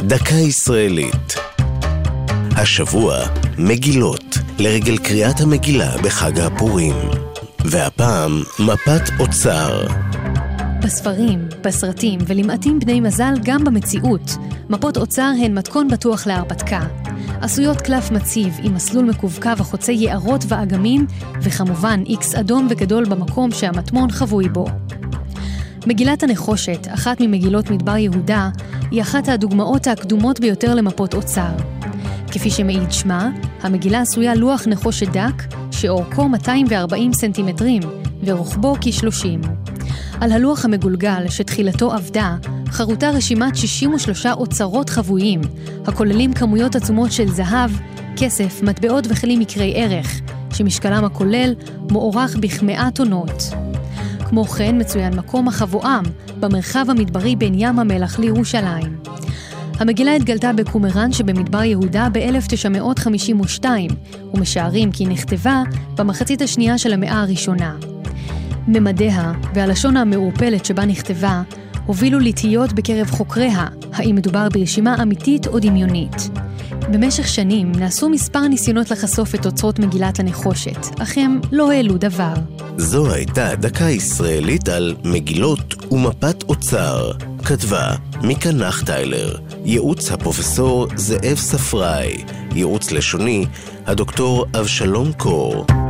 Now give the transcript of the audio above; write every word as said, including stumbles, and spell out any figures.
דקה ישראלית. השבוע מגילות, לרגל קריאת המגילה בחג הפורים. והפעם מפת אוצר. בספרים, בסרטים ולמעטים בני מזל גם במציאות, מפות אוצר הן מתכון בטוח להרפתקה. עשויות קלף מציב עם מסלול מקווקו וחוצי יערות ואגמים, וכמובן איקס אדום וגדול במקום שהמטמון חבוי בו. מגילת הנחושת, אחת ממגילות מדבר יהודה, היא אחת הדוגמאות הקדומות ביותר למפות אוצר. כפי שמעיד שמה, המגילה עשויה לוח נחושת דק, שאורכו מאתיים וארבעים סנטימטרים, ורוחבו כ-שלושים. על הלוח המגולגל, שתחילתו עבדה, חרוטה רשימת שישים ושלושה אוצרות חבויים, הכוללים כמויות עצומות של זהב, כסף, מטבעות וכלים מקרי ערך, שמשקלם הכולל מוערך בכמאה טונות. כמו כן מצוין מקום החבואם במרחב המדברי בין ים המלח לירושלים. המגילה התגלתה בקומראן שבמדבר יהודה ב-אלף תשע מאות חמישים ושתיים, ומשערים כי נכתבה במחצית השנייה של המאה הראשונה. ממדיה והלשון המעורפלת שבה נכתבה הובילו לתהיות בקרב חוקריה, האם מדובר ברשימה אמיתית או דמיונית. במשך שנים נעשו מספר ניסיונות לחשוף את אוצרות מגילת הנחושת, אך הם לא העלו דבר. זו הייתה דקה ישראלית על מגילות ומפת אוצר. כתבה מיקה נחטיילר, ייעוץ הפרופסור זאב ספראי, ייעוץ לשוני הדוקטור אבשלום קור.